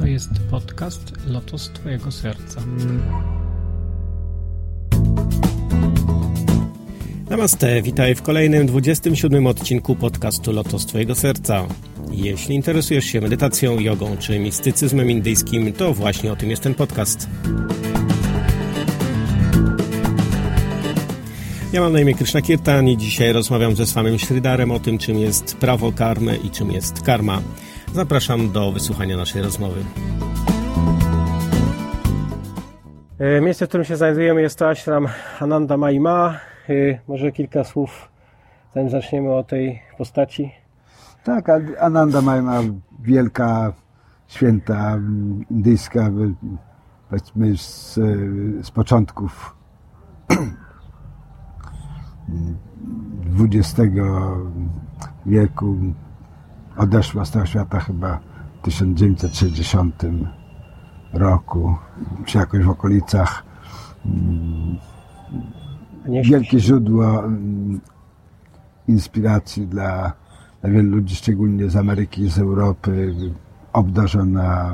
jest podcast Lotos Twojego Serca. Namaste, witaj w kolejnym 27 odcinku podcastu Lotos Twojego Serca. Jeśli interesujesz się medytacją, jogą czy mistycyzmem indyjskim, to właśnie o tym jest ten podcast. Ja mam na imię Krishna Kirtan i dzisiaj rozmawiam ze Swamim Sridharem o tym, czym jest prawo karmy i czym jest karma. Zapraszam do wysłuchania naszej rozmowy. Miejsce, w którym się znajdujemy, jest to ashram Ananda Mayi Ma. Może kilka słów, zanim zaczniemy, o tej postaci. Tak, Ananda Mayi Ma, wielka święta indyjska, powiedzmy z początków XX wieku, odeszła z tego świata chyba w 1960 roku, czy jakoś w okolicach. Wielkie źródło inspiracji dla wielu ludzi, szczególnie z Ameryki, z Europy, obdarzona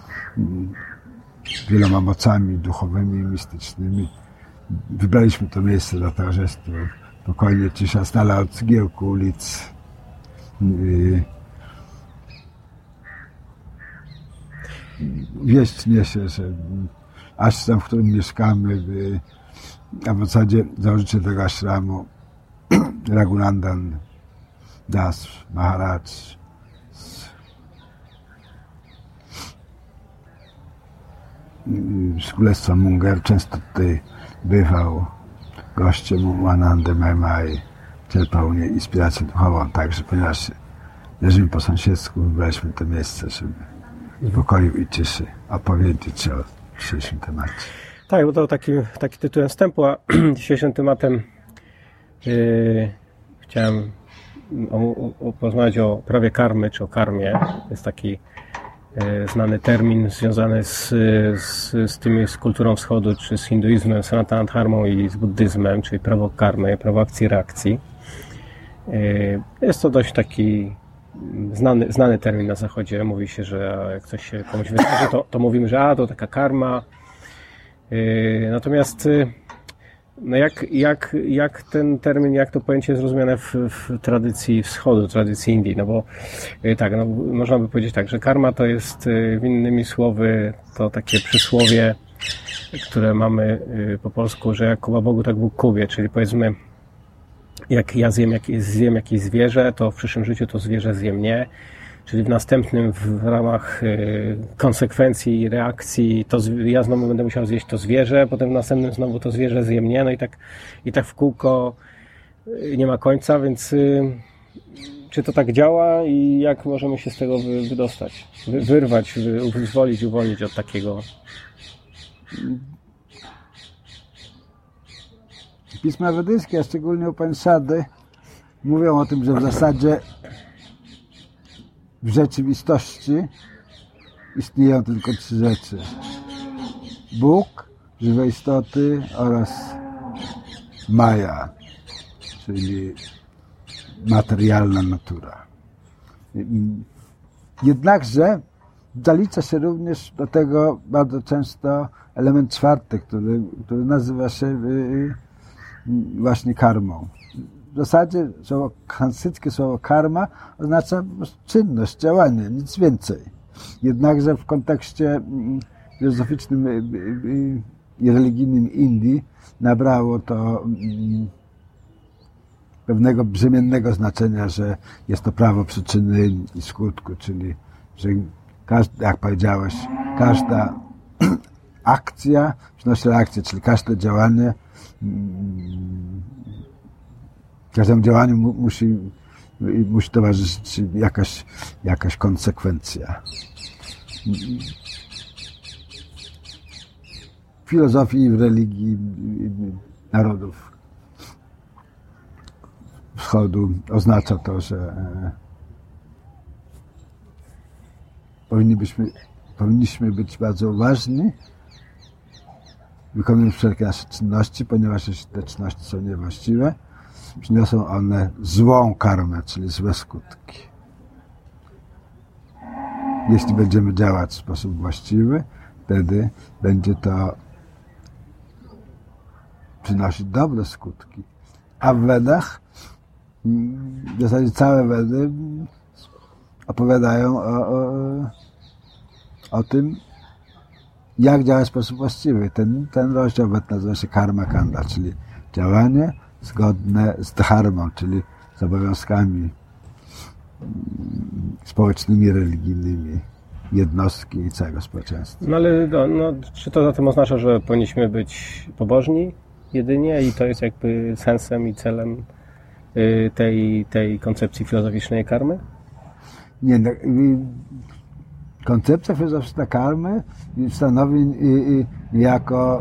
wieloma mocami duchowymi, mistycznymi. Wybraliśmy to miejsce dlatego, że jest to spokojnie, cisza, z dala od zgiełku ulic. Wieść niesie, że ashram, w którym mieszkamy, a w zasadzie założyciel tego ashramu, Raghunandan Das Maharaj, z Królestwa Munger, często tutaj bywał gościem u Anandy Mayi Ma i czerpał u niej inspirację duchową. Także, ponieważ leżymy po sąsiedzku, wybraliśmy to miejsce, żeby w pokoju i ciszy opowiedzieć o dzisiejszym temacie. Tak, bo to taki tytułem wstępu, a dzisiejszym tematem chciałem porozmawiać o prawie karmy, czy o karmie. To jest taki znany termin związany z kulturą wschodu, czy z hinduizmem, sanatana dharmą i z buddyzmem, czyli prawo karmy, prawo akcji reakcji. Jest to dość taki znany termin na zachodzie. Mówi się, że jak coś się komuś wydarzy, to mówimy, że to taka karma. Natomiast no jak ten termin, jak to pojęcie jest rozumiane w tradycji wschodu, tradycji Indii? No bo tak, no można by powiedzieć tak, że karma to jest, innymi słowy, to takie przysłowie, które mamy po polsku, że jak kuba Bogu, tak Bóg kubie, czyli powiedzmy, jak ja zjem jakieś zwierzę, to w przyszłym życiu to zwierzę zje mnie. Czyli w następnym, w ramach konsekwencji i reakcji, to ja znowu będę musiał zjeść to zwierzę, potem w następnym znowu to zwierzę zje mnie, no i tak w kółko nie ma końca, więc czy to tak działa i jak możemy się z tego wydostać, wyrwać, uwolnić od takiego? Pisma wedyjskie, a szczególnie Upanishady, mówią o tym, że w zasadzie w rzeczywistości istnieją tylko trzy rzeczy. Bóg, żywe istoty oraz Maja, czyli materialna natura. Jednakże zalicza się również do tego bardzo często element czwarty, który nazywa się właśnie karmą. W zasadzie sanskryckie słowo karma oznacza czynność, działanie, nic więcej. Jednakże w kontekście filozoficznym i religijnym Indii nabrało to pewnego brzemiennego znaczenia, że jest to prawo przyczyny i skutku, czyli że jak powiedziałeś, każda akcja przynosi reakcję, czyli każde działanie, każdemu działaniu musi towarzyszyć jakaś konsekwencja. W filozofii i w religii narodów wschodu oznacza to, że powinniśmy być bardzo uważni, wykonując wszelkie nasze czynności, ponieważ jeśli te czynności są niewłaściwe, przyniosą one złą karmę, czyli złe skutki. jeśli będziemy działać w sposób właściwy, wtedy będzie to przynosić dobre skutki. A w Wedach, w zasadzie całe Wedy opowiadają o tym, jak działać w sposób właściwy. Ten rozdział Wed nazywa się Karma Kanda, czyli działanie zgodne z dharmą, czyli z obowiązkami społecznymi, religijnymi jednostki i całego społeczeństwa. No ale czy to zatem oznacza, że powinniśmy być pobożni jedynie i to jest jakby sensem i celem tej koncepcji filozoficznej karmy? Nie, koncepcja filozoficzna karmy stanowi jako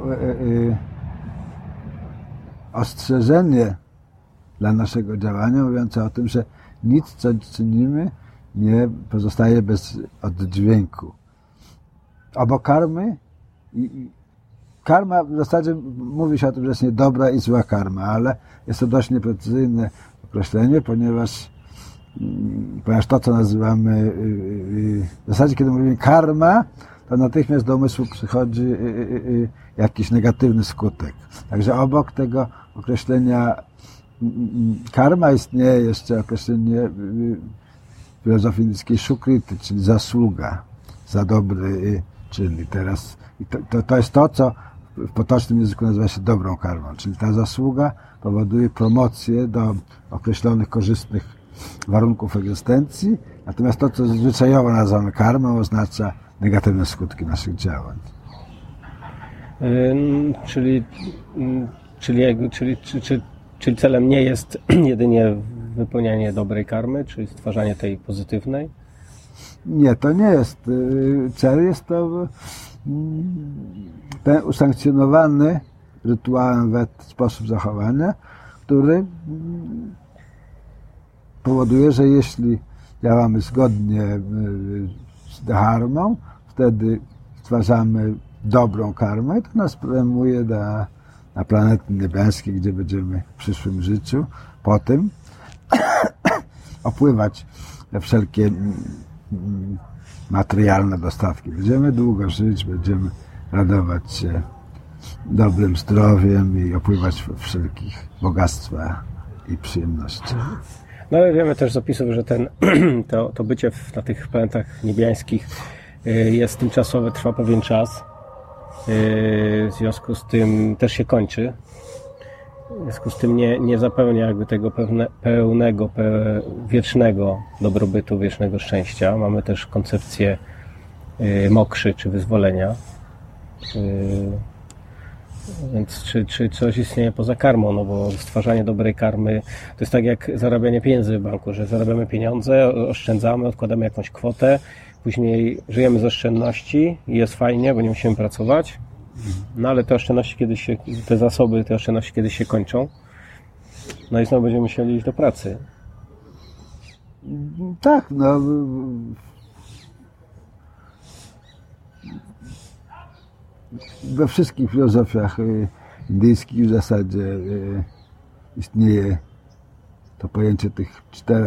ostrzeżenie dla naszego działania, mówiące o tym, że nic, co czynimy, nie pozostaje bez oddźwięku. Obok karmy, karma w zasadzie mówi się o tym, że jest nie dobra i zła karma, ale jest to dość nieprecyzyjne określenie, ponieważ to, co nazywamy w zasadzie, kiedy mówimy karma, to natychmiast do umysłu przychodzi jakiś negatywny skutek. Także obok tego określenia karma istnieje jeszcze określenie filozofii indyjskiej szukrity, czyli zasługa za dobry czyn. I teraz to jest to, co w potocznym języku nazywa się dobrą karmą, czyli ta zasługa powoduje promocję do określonych korzystnych warunków egzystencji, natomiast to, co zwyczajowo nazywamy karmą, oznacza negatywne skutki naszych działań. Czyli celem nie jest jedynie wypełnianie dobrej karmy, czyli stwarzanie tej pozytywnej? Nie, to nie jest cel, jest to ten usankcjonowany rytuałem Wed sposób zachowania, który powoduje, że jeśli działamy zgodnie z dharmą, wtedy stwarzamy dobrą karmę i to nas promuje na planety niebiańskie, gdzie będziemy w przyszłym życiu po tym opływać we wszelkie materialne dostatki. Będziemy długo żyć, będziemy radować się dobrym zdrowiem i opływać we wszelkich bogactwach i przyjemnościach. No ale wiemy też z opisów, że to bycie na tych planetach niebiańskich jest tymczasowe, trwa pewien czas. W związku z tym też się kończy. W związku z tym nie zapełnia jakby tego pełnego, wiecznego dobrobytu, wiecznego szczęścia. Mamy też koncepcję mokszy, czy wyzwolenia. Więc czy coś istnieje poza karmą? No bo stwarzanie dobrej karmy to jest tak jak zarabianie pieniędzy w banku, że zarabiamy pieniądze, oszczędzamy, odkładamy jakąś kwotę, później żyjemy z oszczędności i jest fajnie, bo nie musimy pracować. No ale te oszczędności te zasoby, te oszczędności kiedyś się kończą. No i znowu będziemy musieli iść do pracy. Tak, no. We wszystkich filozofiach indyjskich w zasadzie istnieje to pojęcie tych 4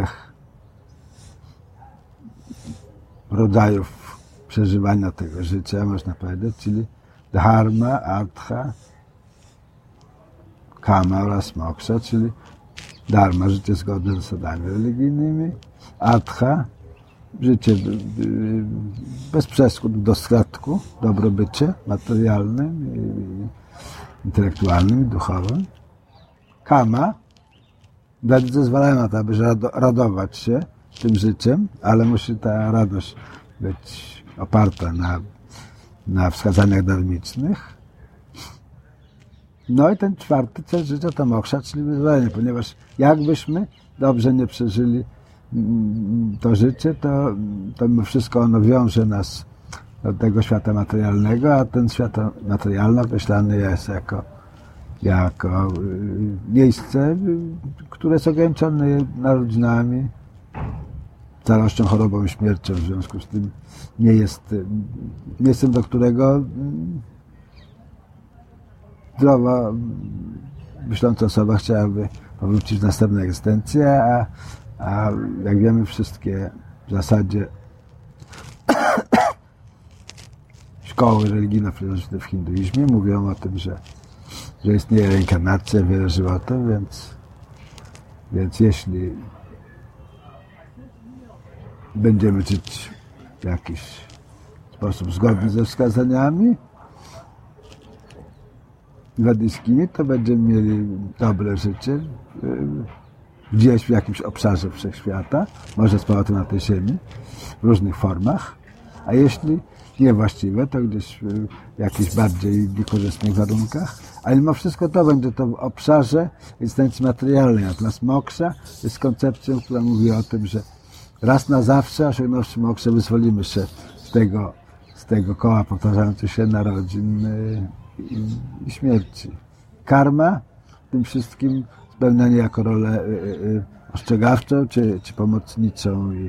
rodzajów przeżywania tego życia, można powiedzieć, czyli dharma, artha, kama oraz moksha, czyli dharma, życie zgodne z zasadami religijnymi, artha, życie bez przeszkód w dostatku, dobrobycie materialnym, intelektualnym i duchowym. Kama, Wedy zezwalają na to, aby radować się tym życiem, ale musi ta radość być oparta na wskazaniach dharmicznych. No i ten 4 cel życia to moksha, czyli wyzwolenie, ponieważ jakbyśmy dobrze nie przeżyli to życie, to mimo wszystko ono wiąże nas do tego świata materialnego, a ten świat materialny określany jest jako miejsce, które jest ograniczone narodzinami, starością, chorobą i śmiercią. W związku z tym nie jest miejscem, do którego zdrowa, myśląca osoba chciałaby powrócić w następne egzystencje, a jak wiemy, wszystkie w zasadzie szkoły religijno-filozoficzne w hinduizmie mówią o tym, że istnieje reinkarnacja, wiele żywotów, więc jeśli będziemy żyć w jakiś sposób zgodny ze wskazaniami wedyjskimi, to będziemy mieli dobre życie gdzieś w jakimś obszarze wszechświata, może z powrotem na tej ziemi, w różnych formach, a jeśli niewłaściwe, to gdzieś w jakichś bardziej niekorzystnych warunkach, ale mimo wszystko to będzie to w obszarze egzystencji materialnej. Natomiast moksha jest koncepcją, która mówi o tym, że raz na zawsze, osiągnąwszy moksha, wyzwolimy się z tego koła powtarzających się narodzin i śmierci. Karma tym wszystkim spełnianie jako rolę ostrzegawczą czy pomocniczą i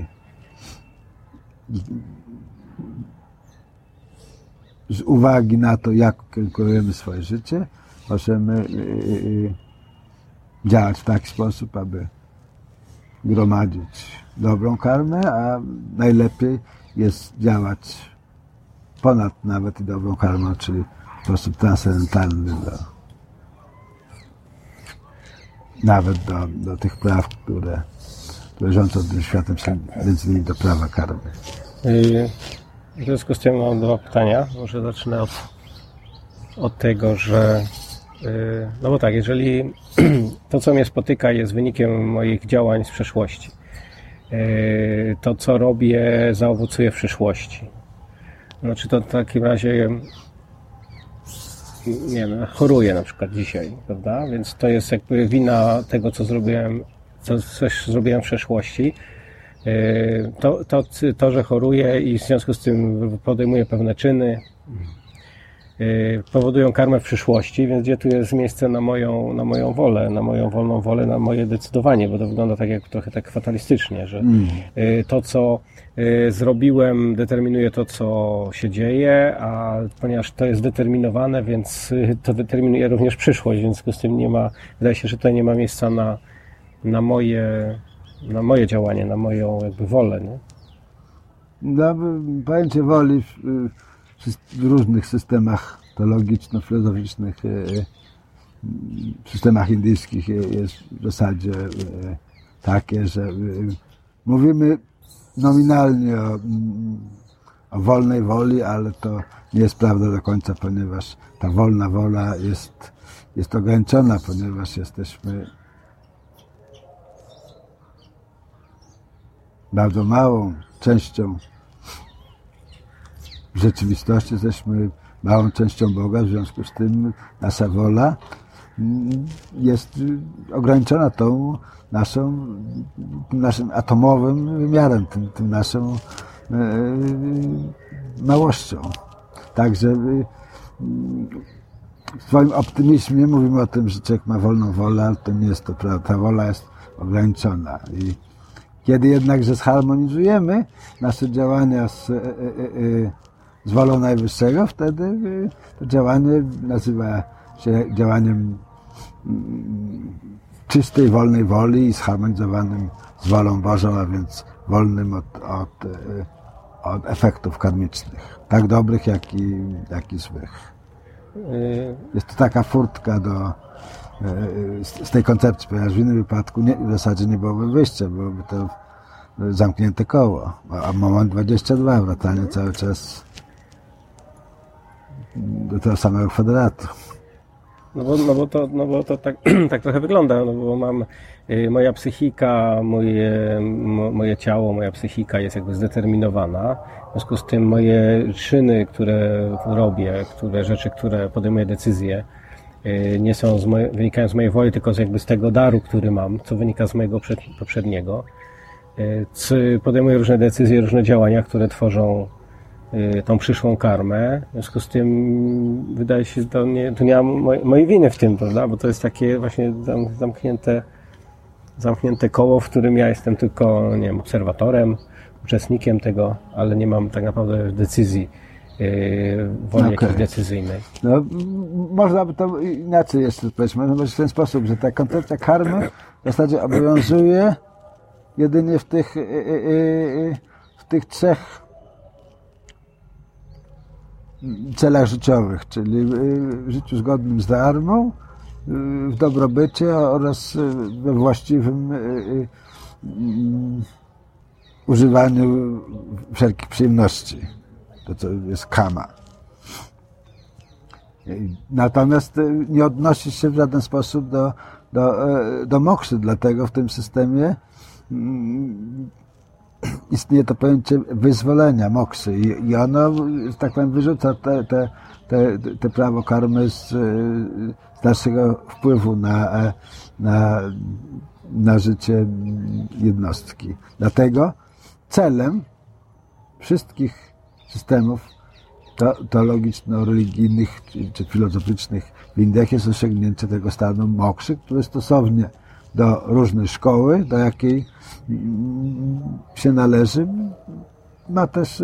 z uwagi na to, jak kierujemy swoje życie, możemy działać w taki sposób, aby gromadzić dobrą karmę, a najlepiej jest działać ponad nawet i dobrą karmą, czyli w sposób transcendentalny nawet do tych praw, które rządzą tym światem, między innymi do prawa karmy. W związku z tym mam dwa pytania. Może zacznę od tego, że no bo tak, jeżeli to, co mnie spotyka, jest wynikiem moich działań z przeszłości, to, co robię, zaowocuje w przyszłości. Znaczy to w takim razie, nie wiem, choruję na przykład dzisiaj, prawda? Więc to jest jakby wina tego, co zrobiłem, coś zrobiłem w przeszłości. To, że choruję i w związku z tym podejmuję pewne czyny, powodują karmę w przyszłości, więc gdzie tu jest miejsce na moją wolę, na moją wolną wolę, na moje decydowanie, bo to wygląda tak jak trochę tak fatalistycznie, że to, co zrobiłem, determinuje to, co się dzieje, a ponieważ to jest determinowane, więc to determinuje również przyszłość, w związku z tym wydaje się, że tutaj nie ma miejsca na moje działanie, na moją jakby wolę, nie? No, pojęcie woli w różnych systemach teologiczno-filozoficznych, w systemach indyjskich jest w zasadzie takie, że mówimy nominalnie o wolnej woli, ale to nie jest prawda do końca, ponieważ ta wolna wola jest ograniczona, ponieważ jesteśmy bardzo małą częścią w rzeczywistości, jesteśmy małą częścią Boga, w związku z tym nasza wola jest ograniczona tą naszym atomowym wymiarem, tym naszą małością. Także w swoim optymizmie mówimy o tym, że człowiek ma wolną wolę, ale to nie jest to prawda. Ta wola jest ograniczona. I kiedy jednakże zharmonizujemy nasze działania z wolą Najwyższego, wtedy to działanie nazywa się działaniem czystej, wolnej woli i zharmonizowanym z wolą Bożą, a więc wolnym od efektów karmicznych, tak dobrych, jak i złych. Jest to taka furtka z tej koncepcji, ponieważ w innym wypadku w zasadzie nie byłoby wyjścia, byłoby to zamknięte koło, a moment 22, wracanie cały czas do tego samego kwadratu. No bo to tak trochę wygląda, no bo mam moja psychika, moje ciało, moja psychika jest jakby zdeterminowana. W związku z tym moje czyny, które robię, rzeczy, które podejmuję decyzje, nie są wynikają z mojej woli, tylko z tego daru, który mam, co wynika z mojego poprzedniego. Podejmuję różne decyzje, różne działania, które tworzą tą przyszłą karmę. W związku z tym wydaje się, że tu nie ma mojej winy w tym, prawda? Bo to jest takie właśnie zamknięte koło, w którym ja jestem tylko, nie wiem, obserwatorem, uczestnikiem tego, ale nie mam tak naprawdę decyzji, woli jakiejś decyzyjnej. No, można by to inaczej jeszcze powiedzieć. Można powiedzieć w ten sposób, że ta koncepcja karmy w zasadzie obowiązuje jedynie w tych 3 celach życiowych, czyli w życiu zgodnym z dharmą, w dobrobycie oraz we właściwym używaniu wszelkich przyjemności. To, co jest kama. Natomiast nie odnosi się w żaden sposób do mokszy, dlatego w tym systemie istnieje to pojęcie wyzwolenia, mokszy i ono, że tak powiem, wyrzuca te prawo karmy z naszego wpływu na życie jednostki. Dlatego celem wszystkich systemów teologiczno-religijnych czy filozoficznych w Indiach jest osiągnięcie tego stanu mokszy, który stosownie do różnej szkoły, do jakiej się należy, ma też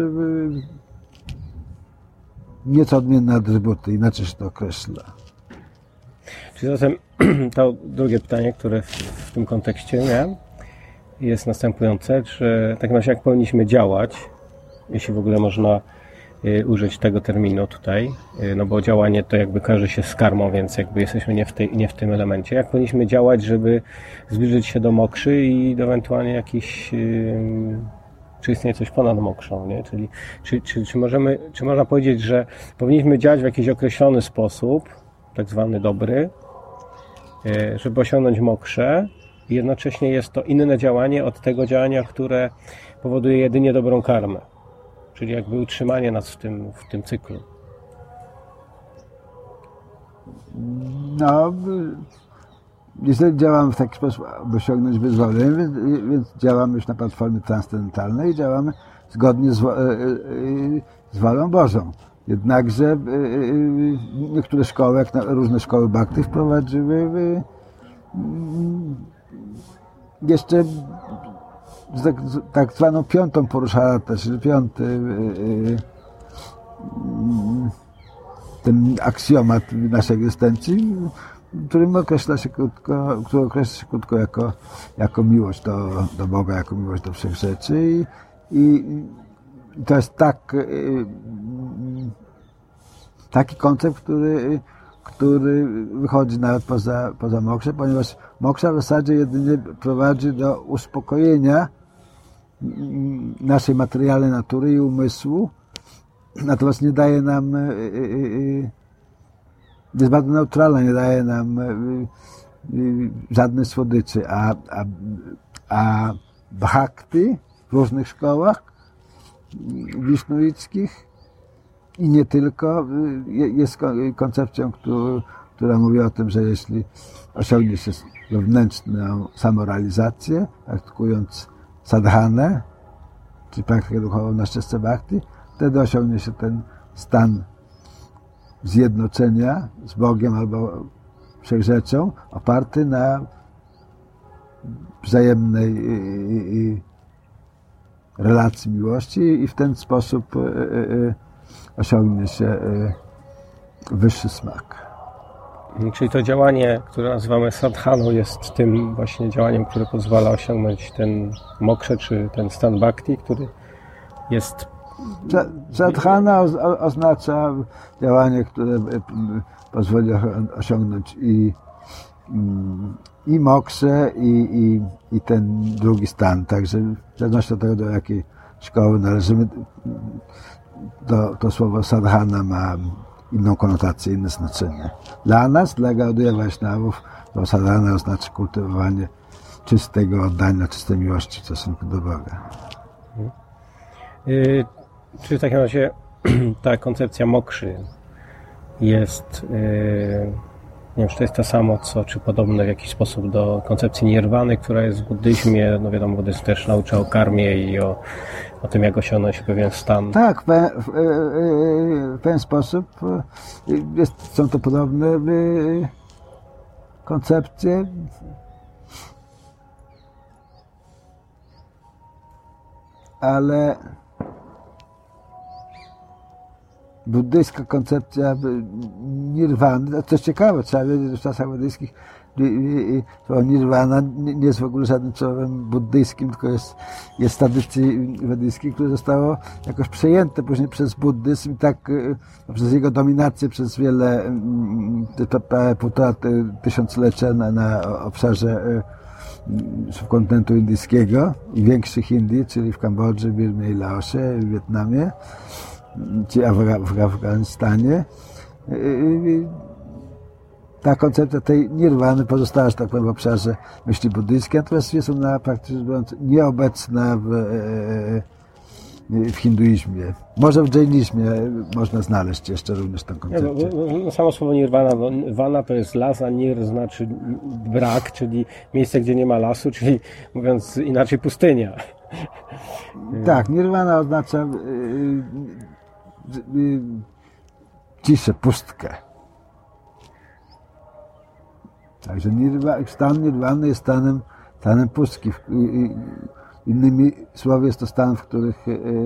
nieco odmienne atrybuty, inaczej się to określa. Czyli zatem to drugie pytanie, które w tym kontekście miałem, jest następujące, że tak naprawdę jak powinniśmy działać, jeśli w ogóle można użyć tego terminu tutaj, no bo działanie to jakby kojarzy się z karmą, więc jakby jesteśmy nie w tym elemencie. Jak powinniśmy działać, żeby zbliżyć się do mokszy i do ewentualnie jakiś, czy istnieje coś ponad mokrzą, nie? Czyli czy można powiedzieć, że powinniśmy działać w jakiś określony sposób, tak zwany dobry, żeby osiągnąć mokszę i jednocześnie jest to inne działanie od tego działania, które powoduje jedynie dobrą karmę. Czyli jakby utrzymanie nas w tym cyklu. No, jeżeli działamy w taki sposób, aby osiągnąć wyzwolenie, więc działamy już na platformie transcendentalnej i działamy zgodnie z wolą Bożą. Jednakże niektóre szkoły, jak różne szkoły bhakti, wprowadziły jeszcze tak zwaną piątą Purushartha, czyli piąty ten aksjomat naszej egzystencji, który określa się krótko jako miłość do Boga, jako miłość do wszech rzeczy i to jest taki koncept, który wychodzi nawet poza mokszę, ponieważ moksza w zasadzie jedynie prowadzi do uspokojenia naszej materialnej natury i umysłu, natomiast nie daje nam, jest bardzo neutralna, nie daje nam żadnej słodyczy, a bhakti w różnych szkołach wisznuickich i nie tylko, jest koncepcją, która mówi o tym, że jeśli osiągnie się wewnętrzną samorealizację, praktykując sadhanę, czy praktykę duchową na ścieżce bhakti, wtedy osiągnie się ten stan zjednoczenia z Bogiem albo wszechrzeczą, oparty na wzajemnej relacji miłości i w ten sposób osiągnie się wyższy smak. Czyli to działanie, które nazywamy sadhaną, jest tym właśnie działaniem, które pozwala osiągnąć ten moksha, czy ten stan bhakti, który jest... Sadhana oznacza działanie, które pozwoli osiągnąć i mokszę, i ten drugi stan. Także w zależności od tego, do jakiej szkoły należymy, to słowo sadhana ma inną konotację, inne znaczenie. Dla nas, dla Gaudiya Vaishnavów, to sadhana oznacza kultywowanie czystego oddania, czystej miłości w stosunku do Boga. Czy w takim razie ta koncepcja mokszy jest, nie wiem, czy to jest to samo, czy podobne w jakiś sposób do koncepcji nirwany, która jest w buddyzmie, no wiadomo, buddyzm też naucza o karmie i o tym, jak osiągnąć pewien stan. Tak, w pewien sposób są to podobne koncepcje. Ale buddyjska koncepcja nirwany, to jest ciekawe, trzeba wiedzieć, że w czasach buddyjskich słowo nirwana nie jest w ogóle żadnym słowem buddyjskim, tylko jest z tradycji wedyjskiej, które zostało jakoś przejęte później przez buddyzm i tak przez jego dominację przez półtora tysiąclecia na obszarze subkontynentu indyjskiego i większych Indii, czyli w Kambodży, Birmie i Laosie, w Wietnamie, czy w Afganistanie. Ta koncepcja tej nirwany pozostała, że tak powiem, w obszarze myśli buddyjskiej, natomiast jest ona praktycznie rzecz biorąc nieobecna w hinduizmie. Może w dżainizmie można znaleźć jeszcze również tę koncepcję. Samo słowo nirwana, bo vana to jest las, a nir znaczy brak, czyli miejsce, gdzie nie ma lasu, czyli mówiąc inaczej pustynia. Tak, nirwana oznacza ciszę, pustkę. Także stan nirwany jest stanem pustki. Innymi słowy jest to stan, w którym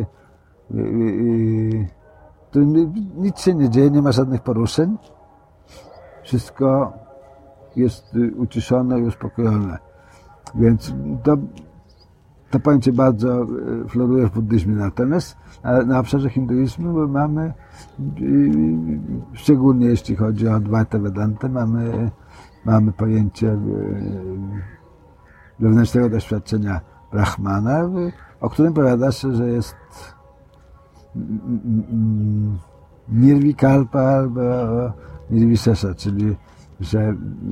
nic się nie dzieje, nie ma żadnych poruszeń. Wszystko jest uciszone i uspokojone. Więc to pojęcie bardzo floruje w buddyzmie. Natomiast na obszarze hinduizmu mamy, szczególnie jeśli chodzi o Advaita Vedantę, mamy pojęcie wewnętrznego doświadczenia Brahmana, o którym powiada się, że jest nirvikalpa albo nirvisesa, czyli że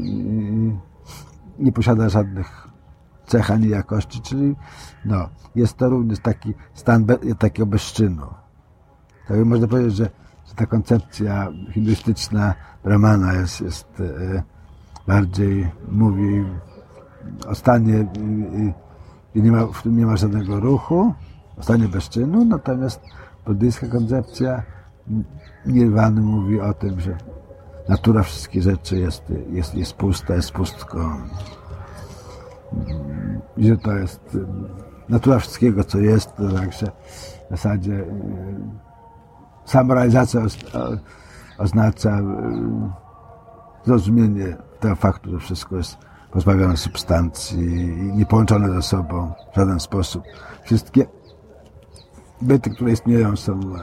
nie posiada żadnych cech ani jakości, czyli jest to również taki stan takiego bezczynu. Tak można powiedzieć, że ta koncepcja hinduistyczna Brahmana jest bardziej mówi o stanie i w tym nie ma żadnego ruchu, o stanie bezczynu, natomiast buddyjska koncepcja nirwany mówi o tym, że natura wszystkich rzeczy jest pusta, jest pustką. I że to jest natura wszystkiego, co jest, to także w zasadzie samorealizacja oznacza zrozumienie tego faktu, że wszystko jest pozbawione substancji i niepołączone ze sobą w żaden sposób. Wszystkie byty, które istnieją,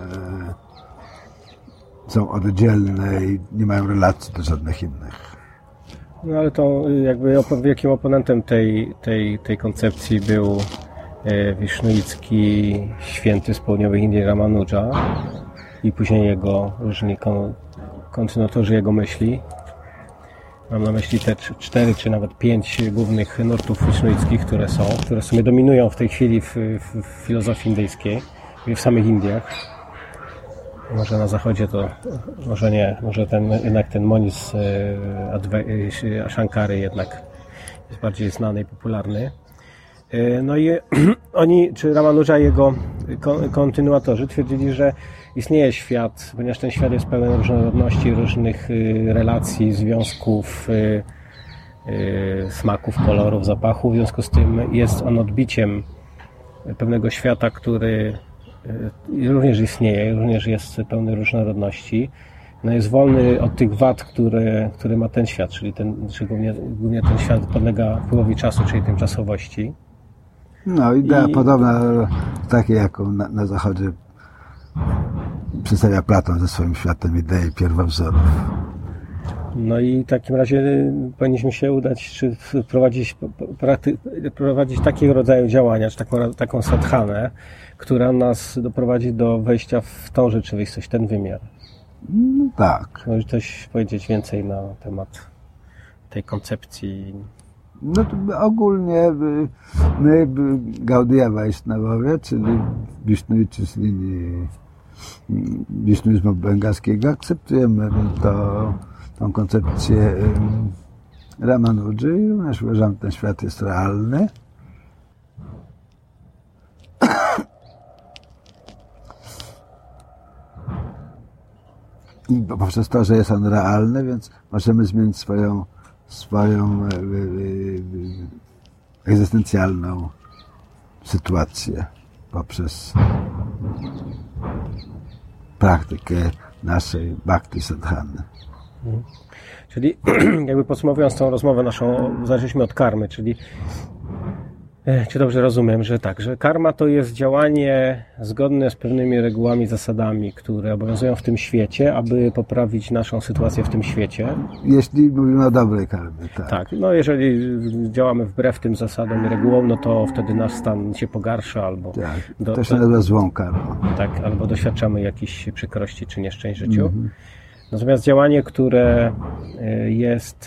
są oddzielne i nie mają relacji do żadnych innych. No ale to jakby wielkim oponentem tej koncepcji był wisznuicki święty z południowych Indii Ramanuja i później jego różni kontynuatorzy jego myśli. Mam na myśli te 4 czy nawet 5 głównych nurtów wisznuickich, które sobie dominują w tej chwili w filozofii indyjskiej, w samych Indiach. Może na zachodzie to, może nie, może jednak ten monizm Shankary jednak jest bardziej znany i popularny. No i oni, czy Ramanuja i jego kontynuatorzy twierdzili, że istnieje świat, ponieważ ten świat jest pełen różnorodności, różnych relacji, związków, smaków, kolorów, zapachów. W związku z tym jest on odbiciem pewnego świata, który również istnieje, również jest pełny różnorodności. No jest wolny od tych wad, które ma ten świat, czyli głównie ten świat podlega wpływowi czasu, czyli tymczasowości. No idea podobna takiej, jaką na zachodzie przedstawia Platon ze swoim światem idei pierwowzorów. No i w takim razie powinniśmy się udać, czy prowadzić takiego rodzaju działania, czy taką sadhanę, która nas doprowadzi do wejścia w tą rzeczywistość, ten wymiar. No tak. Może coś powiedzieć więcej na temat tej koncepcji? No to ogólnie my Gaudiya Vaishnavowie, czyli wisznuici z linii wisznuizmu bengalskiego, akceptujemy tą koncepcję Ramanudży i również uważam, że ten świat jest realny. I poprzez to, że jest on realny, więc możemy zmienić swoją egzystencjalną sytuację poprzez praktykę naszej bhakti sadhany. Czyli jakby podsumowując tą rozmowę naszą, zaczęliśmy od karmy, czyli czy dobrze rozumiem, że tak, że karma to jest działanie zgodne z pewnymi regułami, zasadami, które obowiązują w tym świecie, aby poprawić naszą sytuację w tym świecie? Jeśli mówimy o dobrej karmie, tak. Tak, no jeżeli działamy wbrew tym zasadom i regułom, no to wtedy nasz stan się pogarsza albo... Tak, to się nazywa złą karmą. Tak, albo doświadczamy jakichś przykrości czy nieszczęść w życiu. Natomiast działanie, które jest...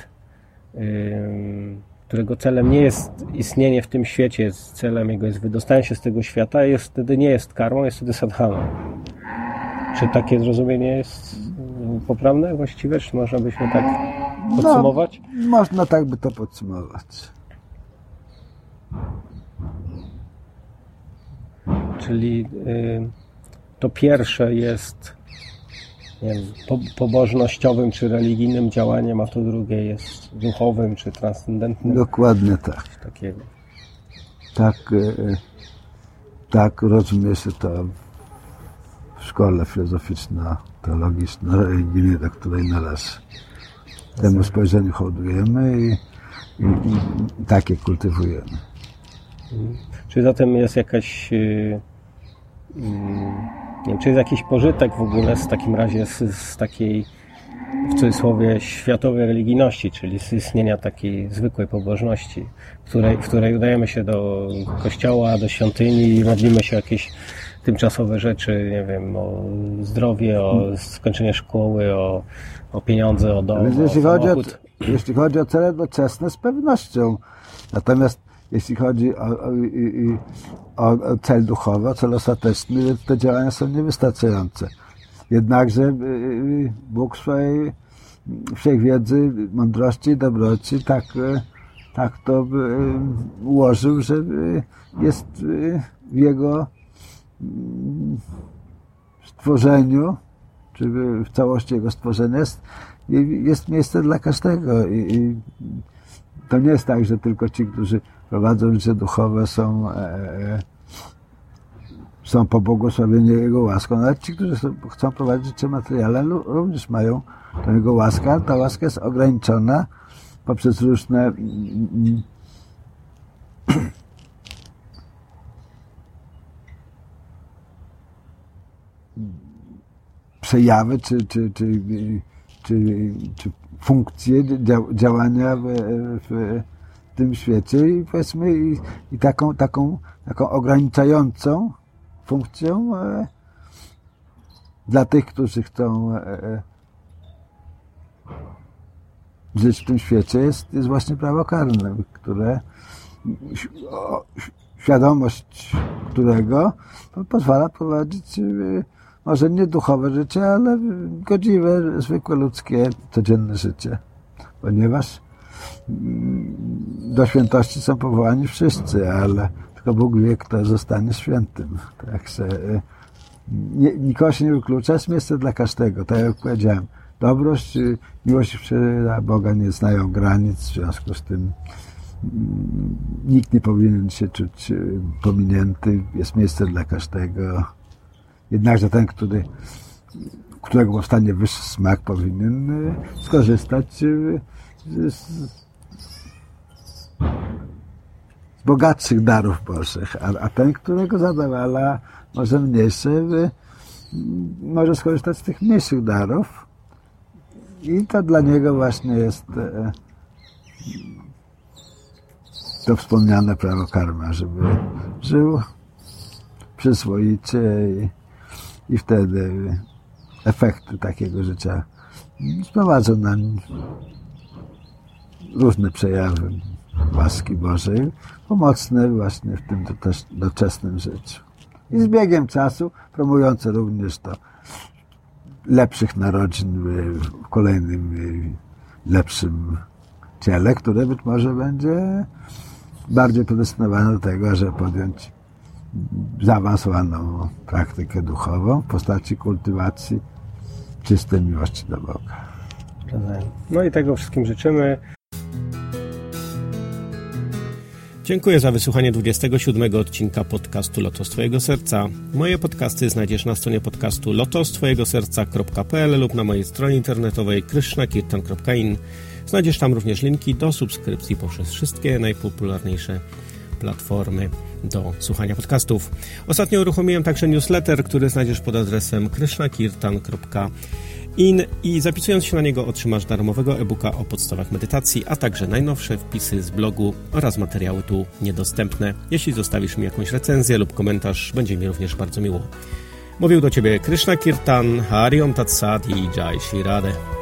którego celem nie jest istnienie w tym świecie, celem jego jest wydostanie się z tego świata, wtedy nie jest karmą, jest wtedy sadhaną. Czy takie zrozumienie jest poprawne, właściwe? Czy można byśmy tak podsumować? No, można tak by to podsumować. Czyli to pierwsze jest, nie wiem, pobożnościowym czy religijnym działaniem, a to drugie jest duchowym czy transcendentnym. Dokładnie tak. Coś takiego. Tak rozumie się to w szkole filozoficzno-teologiczno-religijnej, do której należy. Temu spojrzeniu hołdujemy i takie kultywujemy. Czy zatem jest jakaś... nie wiem, czy jest jakiś pożytek w ogóle w takim razie z takiej, w cudzysłowie, światowej religijności, czyli z istnienia takiej zwykłej pobożności, w której udajemy się do kościoła, do świątyni i modlimy się o jakieś tymczasowe rzeczy, nie wiem, o zdrowie, o skończenie szkoły, o pieniądze, o dom, ale jeśli chodzi o cele doczesne, z pewnością. Natomiast jeśli chodzi o cel duchowy, o cel ostateczny, te działania są niewystarczające. Jednakże Bóg swojej wszechwiedzy, mądrości i dobroci tak to ułożył, że jest w Jego stworzeniu, czy w całości Jego stworzenia jest miejsce dla każdego. I to nie jest tak, że tylko ci, którzy prowadzą życie duchowe są pobłogosławieni Jego łaską. Nawet ci, którzy chcą prowadzić życie materialne, również mają tę Jego łaskę, ale ta łaska jest ograniczona poprzez różne przejawy czy funkcje działania w tym świecie i powiedzmy i taką ograniczającą funkcją dla tych, którzy chcą żyć w tym świecie jest właśnie prawo karne, które świadomość którego pozwala prowadzić może nie duchowe życie, ale godziwe, zwykłe, ludzkie, codzienne życie. Ponieważ do świętości są powołani wszyscy, ale tylko Bóg wie, kto zostanie świętym. Także nikogo się nie wyklucza, jest miejsce dla każdego. Tak jak powiedziałem, dobrość, miłość i Boga nie znają granic, w związku z tym nikt nie powinien się czuć pominięty, jest miejsce dla każdego. Jednakże ten, którego powstanie wyższy smak, powinien skorzystać z bogatszych darów Bożych, a ten, którego zadowala może mniejszy, może skorzystać z tych mniejszych darów i to dla niego właśnie jest to wspomniane prawo karma, żeby żył przyzwoicie i wtedy efekty takiego życia sprowadzą na różne przejawy łaski Bożej, pomocne właśnie w tym doczesnym życiu. I z biegiem czasu promujące również to lepszych narodzin w kolejnym lepszym ciele, które być może będzie bardziej predestynowane do tego, żeby podjąć zaawansowaną praktykę duchową w postaci kultywacji czystej miłości do Boga. No i tego wszystkim życzymy. Dziękuję za wysłuchanie 27 odcinka podcastu Lotos Twojego Serca. Moje podcasty znajdziesz na stronie podcastu lotostwojegoserca.pl lub na mojej stronie internetowej krishnakirtan.in. Znajdziesz tam również linki do subskrypcji poprzez wszystkie najpopularniejsze platformy do słuchania podcastów. Ostatnio uruchomiłem także newsletter, który znajdziesz pod adresem krishnakirtan.in i zapisując się na niego otrzymasz darmowego e-booka o podstawach medytacji, a także najnowsze wpisy z blogu oraz materiały tu niedostępne. Jeśli zostawisz mi jakąś recenzję lub komentarz, będzie mi również bardzo miło. Mówił do Ciebie Krishna Kirtan, Hari Om Tat Sat i Jai Shri Radhe.